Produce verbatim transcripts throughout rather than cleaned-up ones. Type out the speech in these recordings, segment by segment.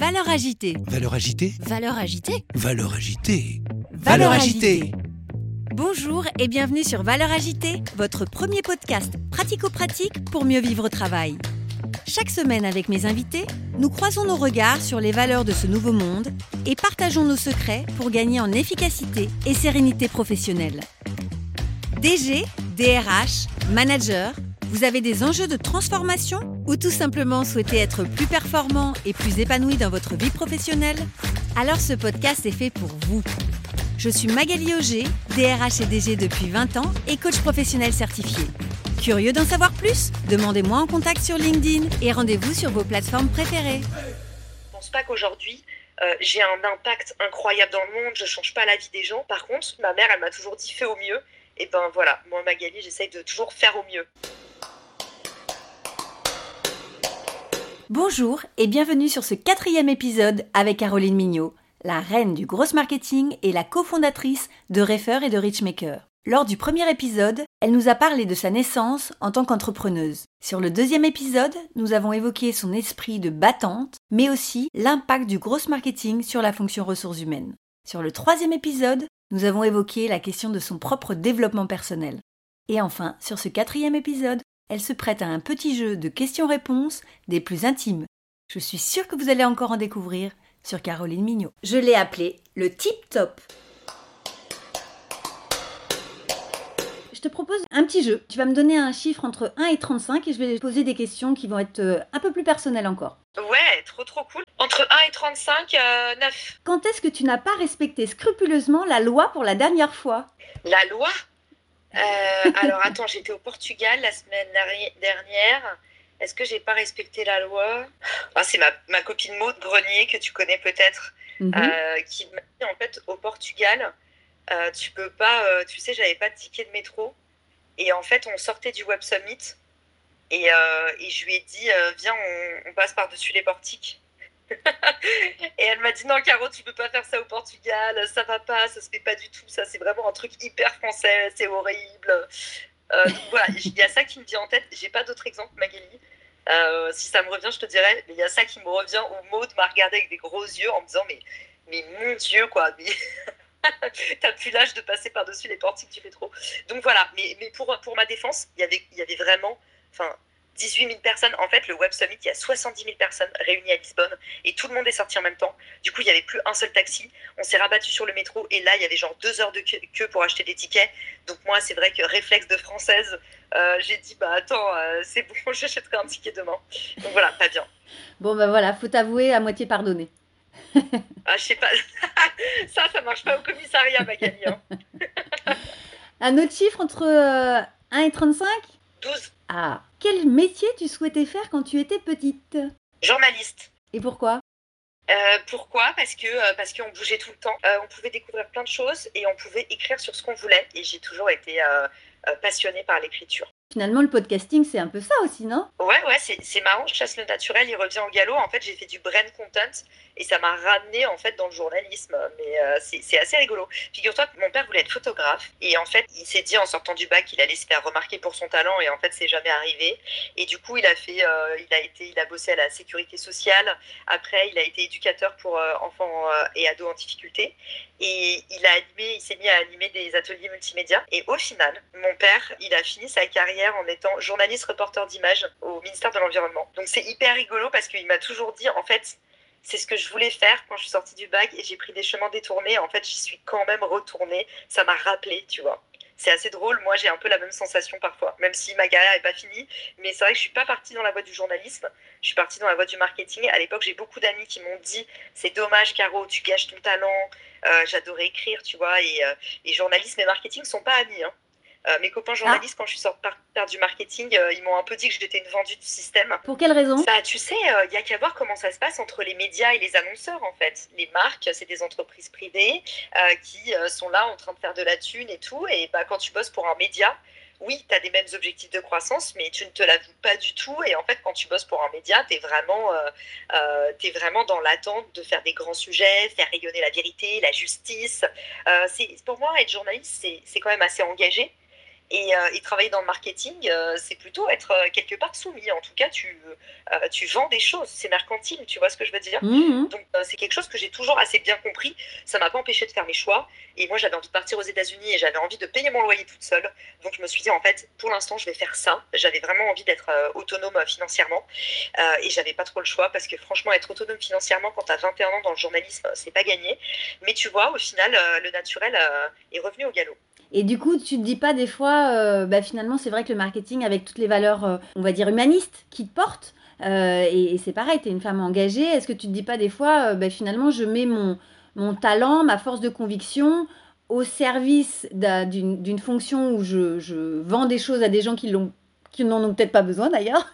Valeurs agitées. Valeurs agitées. Valeurs agitées. Valeurs agitées. Valeurs agitées. Bonjour et bienvenue sur Valeurs agitées, votre premier podcast pratico-pratique pour mieux vivre au travail. Chaque semaine avec mes invités, nous croisons nos regards sur les valeurs de ce nouveau monde et partageons nos secrets pour gagner en efficacité et sérénité professionnelle. D G, D R H, manager, vous avez des enjeux de transformation ou tout simplement souhaitez être plus performant et plus épanoui dans votre vie professionnelle? Alors ce podcast est fait pour vous. Je suis Magali Auger, D R H et D G depuis vingt ans et coach professionnel certifié. Curieux d'en savoir plus? Demandez-moi en contact sur LinkedIn et rendez-vous sur vos plateformes préférées. Je ne pense pas qu'aujourd'hui, euh, j'ai un impact incroyable dans le monde, je ne change pas la vie des gens. Par contre, ma mère, elle m'a toujours dit « fais au mieux ». Et ben voilà, moi Magali, j'essaye de toujours faire au mieux. Bonjour et bienvenue sur ce quatrième épisode avec Caroline Mignot, la reine du gros marketing et la cofondatrice de Refer et de Richmaker. Lors du premier épisode, elle nous a parlé de sa naissance en tant qu'entrepreneuse. Sur le deuxième épisode, nous avons évoqué son esprit de battante, mais aussi l'impact du gros marketing sur la fonction ressources humaines. Sur le troisième épisode, nous avons évoqué la question de son propre développement personnel. Et enfin, sur ce quatrième épisode, elle se prête à un petit jeu de questions-réponses des plus intimes. Je suis sûre que vous allez encore en découvrir sur Caroline Mignot. Je l'ai appelé le tip-top. Je te propose un petit jeu. Tu vas me donner un chiffre entre un et trente-cinq et je vais te poser des questions qui vont être un peu plus personnelles encore. Ouais, trop trop cool. Entre un et trente-cinq, euh, neuf. Quand est-ce que tu n'as pas respecté scrupuleusement la loi pour la dernière fois? La loi euh, Alors attends, j'étais au Portugal la semaine dernière. Est-ce que j'ai pas respecté la loi? ah, C'est ma, ma copine Maud Grenier, que tu connais peut-être, mm-hmm. euh, qui m'a dit en fait au Portugal, euh, tu peux pas, euh, tu sais, j'avais pas de ticket de métro. Et en fait, on sortait du Web Summit et, euh, et je lui ai dit, euh, viens, on, on passe par-dessus les portiques. Et elle m'a dit, non, Caro, tu peux pas faire ça au Portugal, ça va pas, ça se fait pas du tout, ça c'est vraiment un truc hyper français, c'est horrible. Euh, donc voilà, il y a ça qui me vient en tête. J'ai pas d'autres exemples, Magali. Euh, si ça me revient, je te dirais, mais il y a ça qui me revient où Maud m'a regardé avec des gros yeux en me disant, mais, mais mon Dieu, quoi, mais t'as plus l'âge de passer par-dessus les portiques du métro. Donc voilà, mais, mais pour, pour ma défense, il y avait, il y avait vraiment, enfin, dix-huit mille personnes. En fait, le Web Summit, il y a soixante-dix mille personnes réunies à Lisbonne et tout le monde est sorti en même temps. Du coup, il n'y avait plus un seul taxi. On s'est rabattu sur le métro et là, il y avait genre deux heures de queue pour acheter des tickets. Donc moi, c'est vrai que réflexe de française, euh, j'ai dit, bah attends, euh, c'est bon, j'achèterai un ticket demain. Donc voilà, pas bien. Bon, bah voilà, faut t'avouer à moitié pardonné. ah, je sais pas. ça, ça marche pas au commissariat, Magali. Hein. Un autre chiffre entre euh, un et trente-cinq? douze. Ah, quel métier tu souhaitais faire quand tu étais petite? Journaliste. Et pourquoi? Euh, pourquoi? Parce que euh, parce qu'on bougeait tout le temps. Euh, on pouvait découvrir plein de choses et on pouvait écrire sur ce qu'on voulait. Et j'ai toujours été euh, euh, passionnée par l'écriture. Finalement, le podcasting, c'est un peu ça aussi, non? Ouais, ouais, c'est, c'est marrant. Je chasse le naturel, il revient au galop. En fait, j'ai fait du brand content et ça m'a ramené en fait dans le journalisme. Mais euh, c'est, c'est assez rigolo. Figure-toi que mon père voulait être photographe et en fait, il s'est dit en sortant du bac qu'il allait se faire remarquer pour son talent et en fait, c'est jamais arrivé. Et du coup, il a fait, euh, il a été, il a bossé à la sécurité sociale. Après, il a été éducateur pour euh, enfants euh, et ados en difficulté. Et il a animé, il s'est mis à animer des ateliers multimédia. Et au final, mon père, il a fini sa carrière en étant journaliste reporter d'images au ministère de l'Environnement. Donc c'est hyper rigolo parce qu'il m'a toujours dit, en fait, c'est ce que je voulais faire quand je suis sortie du bac et j'ai pris des chemins détournés. En fait, j'y suis quand même retournée. Ça m'a rappelé, tu vois. C'est assez drôle. Moi, j'ai un peu la même sensation parfois, même si ma carrière n'est pas finie. Mais c'est vrai que je suis pas partie dans la voie du journalisme. Je suis partie dans la voie du marketing. À l'époque, j'ai beaucoup d'amis qui m'ont dit, c'est dommage, Caro, tu gâches ton talent. Euh, j'adorais écrire, tu vois. Et, euh, et journalisme et marketing sont pas amis, hein. Euh, mes copains journalistes, ah. quand je suis sortie faire du marketing, euh, ils m'ont un peu dit que j'étais une vendue du système. Pour quelle raison? Bah, tu sais, il euh, y a qu'à voir comment ça se passe entre les médias et les annonceurs, en fait. Les marques, c'est des entreprises privées euh, qui euh, sont là en train de faire de la thune et tout. Et bah, quand tu bosses pour un média, oui, tu as des mêmes objectifs de croissance, mais tu ne te l'avoues pas du tout. Et en fait, quand tu bosses pour un média, tu es vraiment, euh, euh, t'es vraiment dans l'attente de faire des grands sujets, faire rayonner la vérité, la justice. Euh, c'est, pour moi, être journaliste, c'est, c'est quand même assez engagé. Et, euh, et travailler dans le marketing, euh, c'est plutôt être euh, quelque part soumis. En tout cas, tu, euh, tu vends des choses, c'est mercantile, tu vois ce que je veux dire. Mmh. Donc, euh, c'est quelque chose que j'ai toujours assez bien compris. Ça m'a pas empêché de faire mes choix. Et moi, j'avais envie de partir aux États-Unis et j'avais envie de payer mon loyer toute seule. Donc, je me suis dit, en fait, pour l'instant, je vais faire ça. J'avais vraiment envie d'être euh, autonome euh, financièrement. Euh, et j'avais pas trop le choix parce que, franchement, être autonome financièrement quand tu as vingt et un ans dans le journalisme, euh, c'est pas gagné. Mais tu vois, au final, euh, le naturel euh, est revenu au galop. Et du coup, tu te dis pas des fois, euh, bah finalement, c'est vrai que le marketing, avec toutes les valeurs, euh, on va dire, humanistes qui te portent, euh, et, et c'est pareil, tu es une femme engagée, est-ce que tu te dis pas des fois, euh, bah finalement, je mets mon, mon talent, ma force de conviction au service d'un- d'une d'une fonction où je, je vends des choses à des gens qui l'ont, qui n'en ont peut-être pas besoin d'ailleurs.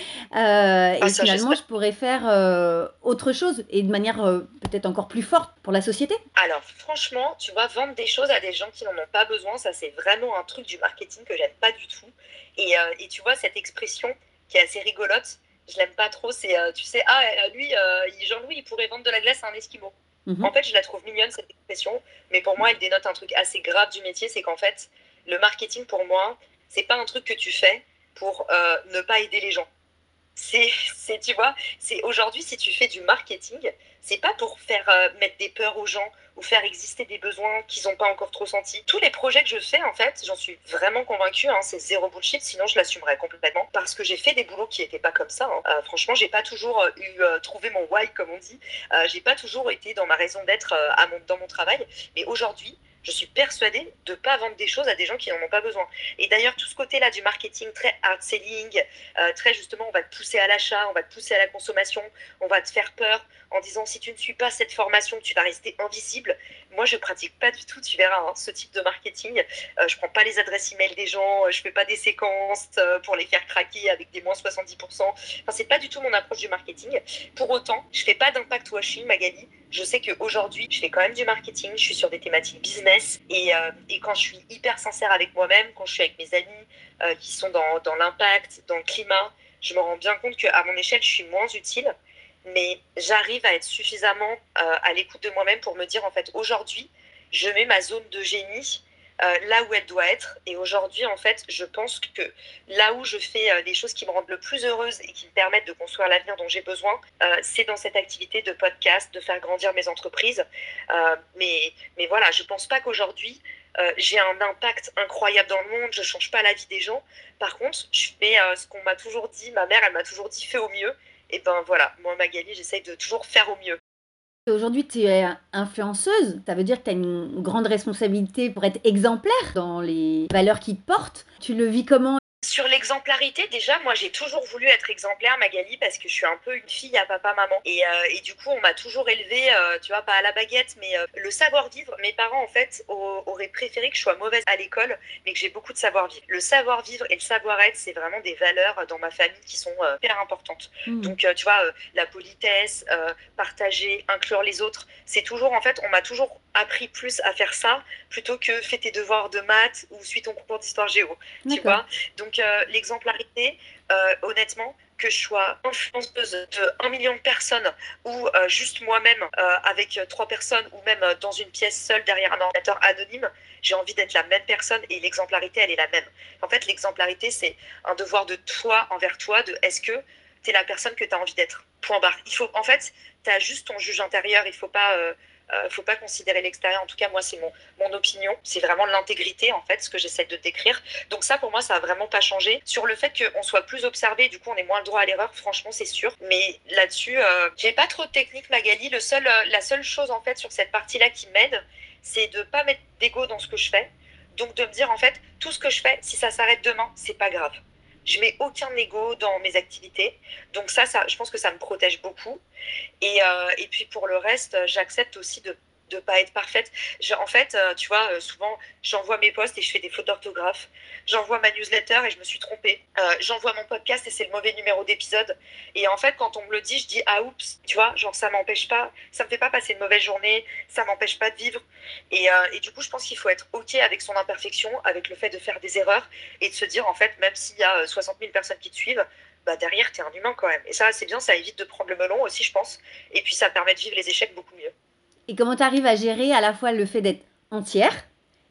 Euh, Ah, et ça, finalement, j'espère. je pourrais faire euh, autre chose et de manière euh, peut-être encore plus forte pour la société. Alors, franchement, tu vois, vendre des choses à des gens qui n'en ont pas besoin, ça, c'est vraiment un truc du marketing que j'aime pas du tout. Et, euh, et tu vois, cette expression qui est assez rigolote, je l'aime pas trop, c'est, euh, tu sais, ah, euh, lui, euh, il- Jean-Louis, il pourrait vendre de la glace à un Esquimau. Mhm. En fait, je la trouve mignonne, cette expression, mais pour moi, elle dénote un truc assez grave du métier, c'est qu'en fait, le marketing, pour moi, c'est pas un truc que tu fais pour euh, ne pas aider les gens. C'est, c'est, tu vois, c'est aujourd'hui, si tu fais du marketing, c'est pas pour faire euh, mettre des peurs aux gens ou faire exister des besoins qu'ils n'ont pas encore trop sentis. Tous les projets que je fais, en fait, j'en suis vraiment convaincue, hein, c'est zéro bullshit, sinon je l'assumerais complètement, parce que j'ai fait des boulots qui n'étaient pas comme ça. Hein. Euh, franchement, j'ai pas toujours euh, eu euh, trouvé mon why, comme on dit. Euh, j'ai pas toujours été dans ma raison d'être euh, à mon, dans mon travail, mais aujourd'hui, je suis persuadée de ne pas vendre des choses à des gens qui n'en ont pas besoin. Et d'ailleurs, tout ce côté-là du marketing très hard selling, euh, très justement, on va te pousser à l'achat, on va te pousser à la consommation, on va te faire peur en disant si tu ne suis pas cette formation, tu vas rester invisible. Moi, je pratique pas du tout, tu verras, hein, ce type de marketing. Euh, je prends pas les adresses email des gens, je fais pas des séquences euh, pour les faire craquer avec des moins soixante-dix pour cent. Enfin, c'est pas du tout mon approche du marketing. Pour autant, je fais pas d'impact washing, Magali. Je sais qu'aujourd'hui, je fais quand même du marketing, je suis sur des thématiques business et, euh, et quand je suis hyper sincère avec moi-même, quand je suis avec mes amis euh, qui sont dans, dans l'impact, dans le climat, je me rends bien compte qu'à mon échelle, je suis moins utile, mais j'arrive à être suffisamment euh, à l'écoute de moi-même pour me dire, en fait, aujourd'hui, je mets ma zone de génie euh, là où elle doit être. Et aujourd'hui, en fait, je pense que là où je fais euh, les choses qui me rendent le plus heureuse et qui me permettent de construire l'avenir dont j'ai besoin, euh, c'est dans cette activité de podcast, de faire grandir mes entreprises. Euh, mais, mais voilà, je pense pas qu'aujourd'hui, euh, j'ai un impact incroyable dans le monde, je change pas la vie des gens. Par contre, je fais euh, ce qu'on m'a toujours dit, ma mère, elle m'a toujours dit, fais au mieux. Et ben voilà, moi, Magali, j'essaye de toujours faire au mieux. Aujourd'hui, tu es influenceuse, ça veut dire que tu as une grande responsabilité pour être exemplaire dans les valeurs qui te portent. Tu le vis comment? Sur l'exemplarité, déjà, moi j'ai toujours voulu être exemplaire, Magali, parce que je suis un peu une fille à papa-maman. Et, euh, et du coup, on m'a toujours élevée, euh, tu vois, pas à la baguette, mais euh, le savoir-vivre. Mes parents, en fait, au- auraient préféré que je sois mauvaise à l'école, mais que j'ai beaucoup de savoir-vivre. Le savoir-vivre et le savoir-être, c'est vraiment des valeurs dans ma famille qui sont euh, hyper importantes. Mmh. Donc, euh, tu vois, euh, la politesse, euh, partager, inclure les autres, c'est toujours, en fait, on m'a toujours appris plus à faire ça plutôt que fais tes devoirs de maths ou suis ton cours d'histoire géo, tu D'accord. vois. Donc, euh, l'exemplarité, euh, honnêtement, que je sois influenceuse de un million de personnes ou euh, juste moi-même euh, avec trois personnes ou même euh, dans une pièce seule derrière un ordinateur anonyme, j'ai envie d'être la même personne et l'exemplarité, elle est la même. En fait, l'exemplarité, c'est un devoir de toi envers toi, de est-ce que tu es la personne que tu as envie d'être. Point barre. Il faut, en fait, tu as juste ton juge intérieur, il ne faut pas... Euh, euh, faut pas considérer l'extérieur. En tout cas, moi, c'est mon, mon opinion. C'est vraiment l'intégrité, en fait, ce que j'essaie de décrire. Donc ça, pour moi, ça a vraiment pas changé. Sur le fait qu'on soit plus observé, du coup, on est moins le droit à l'erreur, franchement, c'est sûr. Mais là-dessus, euh, j'ai pas trop de technique, Magali. Le seul, euh, la seule chose, en fait, sur cette partie-là qui m'aide, c'est de pas mettre d'ego dans ce que je fais. Donc de me dire, en fait, tout ce que je fais, si ça s'arrête demain, c'est pas grave. Je mets aucun ego dans mes activités. Donc ça, ça, je pense que ça me protège beaucoup. Et, euh, et puis pour le reste, j'accepte aussi de de pas être parfaite. Je, en fait, euh, tu vois, euh, souvent, j'envoie mes posts et je fais des fautes d'orthographe. J'envoie ma newsletter et je me suis trompée. Euh, j'envoie mon podcast et c'est le mauvais numéro d'épisode. Et en fait, quand on me le dit, je dis ah oups, tu vois, genre ça m'empêche pas, ça me fait pas passer une mauvaise journée, ça m'empêche pas de vivre. Et, euh, et du coup, je pense qu'il faut être ok avec son imperfection, avec le fait de faire des erreurs et de se dire en fait, même s'il y a soixante mille personnes qui te suivent, bah derrière, t'es un humain quand même. Et ça, c'est bien, ça évite de prendre le melon aussi, je pense. Et puis, ça permet de vivre les échecs beaucoup mieux. Et comment tu arrives à gérer à la fois le fait d'être entière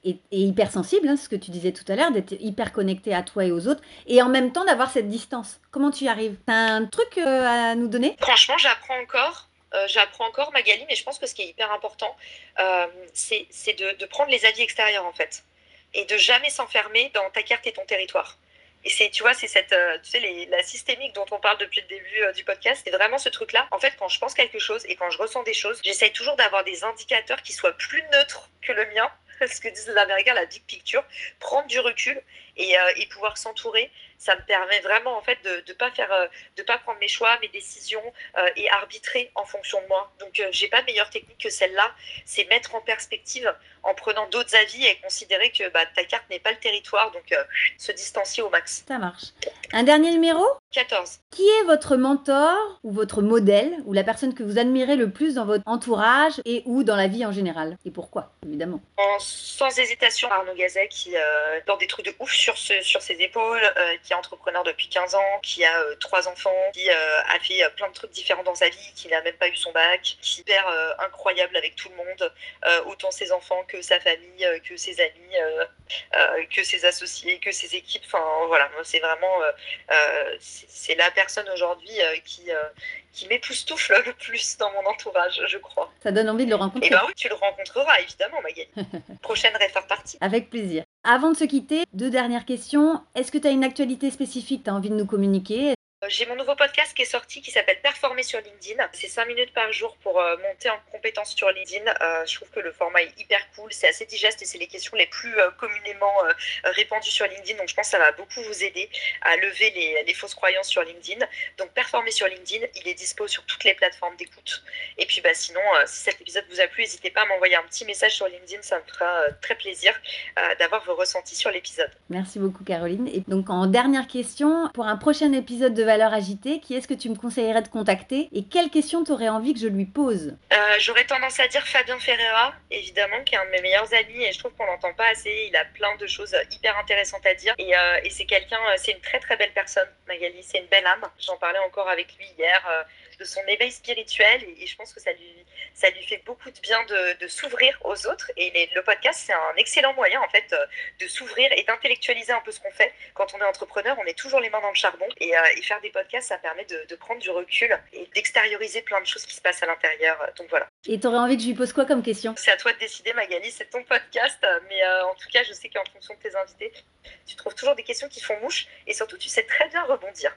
et, et hypersensible, hein, ce que tu disais tout à l'heure, d'être hyper connecté à toi et aux autres, et en même temps d'avoir cette distance. Comment tu y arrives? T'as un truc euh, à nous donner? Franchement, j'apprends encore. Euh, j'apprends encore, Magali, mais je pense que ce qui est hyper important, euh, c'est, c'est de, de prendre les avis extérieurs, en fait. Et de jamais s'enfermer dans ta carte et ton territoire. Et c'est, tu vois, c'est cette, euh, tu sais, les, la systémique dont on parle depuis le début euh, du podcast. C'est vraiment ce truc-là. En fait, quand je pense quelque chose et quand je ressens des choses, j'essaye toujours d'avoir des indicateurs qui soient plus neutres que le mien. Ce que disent les Américains, la big picture. Prendre du recul et, euh, et pouvoir s'entourer. Ça me permet vraiment, en fait, de ne pas faire, euh, de pas prendre mes choix, mes décisions euh, et arbitrer en fonction de moi. Donc, euh, j'ai pas de meilleure technique que celle-là. C'est mettre en perspective en prenant d'autres avis et considérer que bah, ta carte n'est pas le territoire. Donc, euh, se distancier au max. Ça marche. Un dernier numéro? quatorze. Qui est votre mentor ou votre modèle ou la personne que vous admirez le plus dans votre entourage et ou dans la vie en général? Et pourquoi, évidemment? En, sans hésitation, Arnaud Gazet qui euh, porte des trucs de ouf sur, ce, sur ses épaules, euh, qui est entrepreneur depuis quinze ans, qui a euh, trois enfants, qui euh, a fait euh, plein de trucs différents dans sa vie, qui n'a même pas eu son bac, qui est hyper euh, incroyable avec tout le monde, euh, autant ses enfants que sa famille, euh, que ses amis, euh, euh, que ses associés, que ses équipes. Enfin voilà, c'est vraiment euh, euh, c'est, c'est la personne aujourd'hui euh, qui, euh, qui m'époustoufle le plus dans mon entourage, je crois. Ça donne envie de le rencontrer. Et bah oui, tu le rencontreras évidemment, Magali. Prochaine réfère partie. Avec plaisir. Avant de se quitter, deux dernières questions. Est-ce que tu as une actualité spécifique que tu as envie de nous communiquer? J'ai mon nouveau podcast qui est sorti qui s'appelle Performer sur LinkedIn. C'est cinq minutes par jour pour euh, monter en compétences sur LinkedIn. Euh, je trouve que le format est hyper cool, c'est assez digeste et c'est les questions les plus euh, communément euh, répandues sur LinkedIn. Donc je pense que ça va beaucoup vous aider à lever les, les fausses croyances sur LinkedIn. Donc Performer sur LinkedIn, il est dispo sur toutes les plateformes d'écoute. Et puis bah, sinon, euh, si cet épisode vous a plu, n'hésitez pas à m'envoyer un petit message sur LinkedIn, ça me fera euh, très plaisir euh, d'avoir vos ressentis sur l'épisode. Merci beaucoup Caroline. Et donc en dernière question, pour un prochain épisode de Valeurs Agitées, qui est-ce que tu me conseillerais de contacter et quelles questions tu aurais envie que je lui pose? euh, J'aurais tendance à dire Fabien Ferreira, évidemment, qui est un de mes meilleurs amis et je trouve qu'on n'entend pas assez. Il a plein de choses hyper intéressantes à dire et, euh, et c'est quelqu'un, c'est une très très belle personne, Magali, c'est une belle âme. J'en parlais encore avec lui hier euh, de son éveil spirituel et, et je pense que ça lui, ça lui fait beaucoup de bien de, de s'ouvrir aux autres et les, le podcast, c'est un excellent moyen en fait euh, de s'ouvrir et d'intellectualiser un peu ce qu'on fait. Quand on est entrepreneur, on est toujours les mains dans le charbon et, euh, et faire des podcasts, ça permet de, de prendre du recul et d'extérioriser plein de choses qui se passent à l'intérieur. Donc voilà. Et t'aurais envie que je lui pose quoi comme question? C'est à toi de décider, Magali, c'est ton podcast, mais euh, en tout cas, je sais qu'en fonction de tes invités, tu trouves toujours des questions qui font mouche et surtout, tu sais très bien rebondir.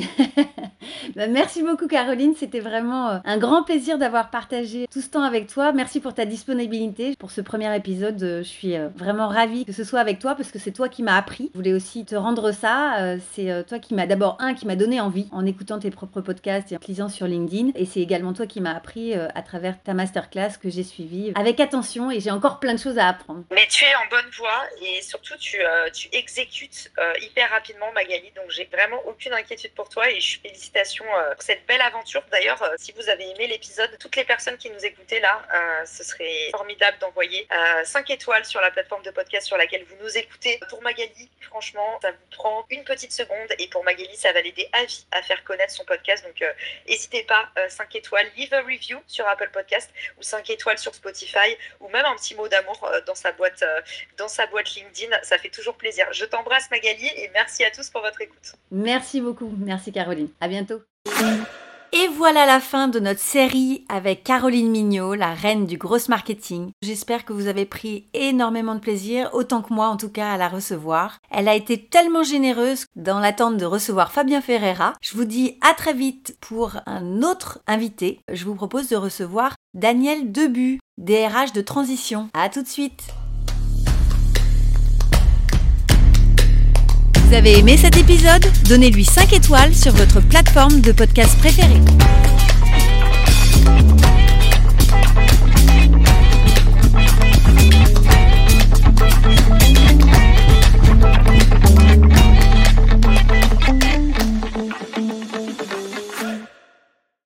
Bah, merci beaucoup Caroline, c'était vraiment un grand plaisir d'avoir partagé tout ce temps avec toi. Merci pour ta disponibilité pour ce premier épisode. Je suis vraiment ravie que ce soit avec toi parce que c'est toi qui m'as appris. Je voulais aussi te rendre ça. C'est toi qui m'a d'abord un qui m'a donné envie en écoutant tes propres podcasts et en lisant sur LinkedIn. Et c'est également toi qui m'as appris à travers ta masterclass que j'ai suivie avec attention et j'ai encore plein de choses à apprendre. Mais tu es en bonne voie et surtout tu, euh, tu exécutes euh, hyper rapidement, Magali. Donc j'ai vraiment aucune inquiétude pour toi et je suis félicitations euh, pour cette belle aventure. D'ailleurs, euh, si vous avez aimé l'épisode, toutes les personnes qui nous écoutaient là, euh, ce serait formidable d'envoyer euh, cinq étoiles sur la plateforme de podcast sur laquelle vous nous écoutez. Pour Magali, franchement, ça vous prend une petite seconde et pour Magali, ça va l'aider à vie à faire connaître son podcast. Donc euh, n'hésitez pas, euh, cinq étoiles, leave a review sur Apple Podcast ou cinq étoiles sur Spotify ou même un petit mot d'amour euh, dans sa boîte, euh, dans sa boîte LinkedIn. Ça fait toujours plaisir. Je t'embrasse Magali et merci à tous pour votre écoute. Merci beaucoup. Merci Caroline. À bientôt. Et voilà la fin de notre série avec Caroline Mignot, la reine du gros marketing. J'espère que vous avez pris énormément de plaisir, autant que moi en tout cas à la recevoir. Elle a été tellement généreuse dans l'attente de recevoir Fabien Ferreira. Je vous dis à très vite pour un autre invité. Je vous propose de recevoir Daniel Debu, D R H de Transition. À tout de suite. Vous avez aimé cet épisode? Donnez-lui cinq étoiles sur votre plateforme de podcast préférée.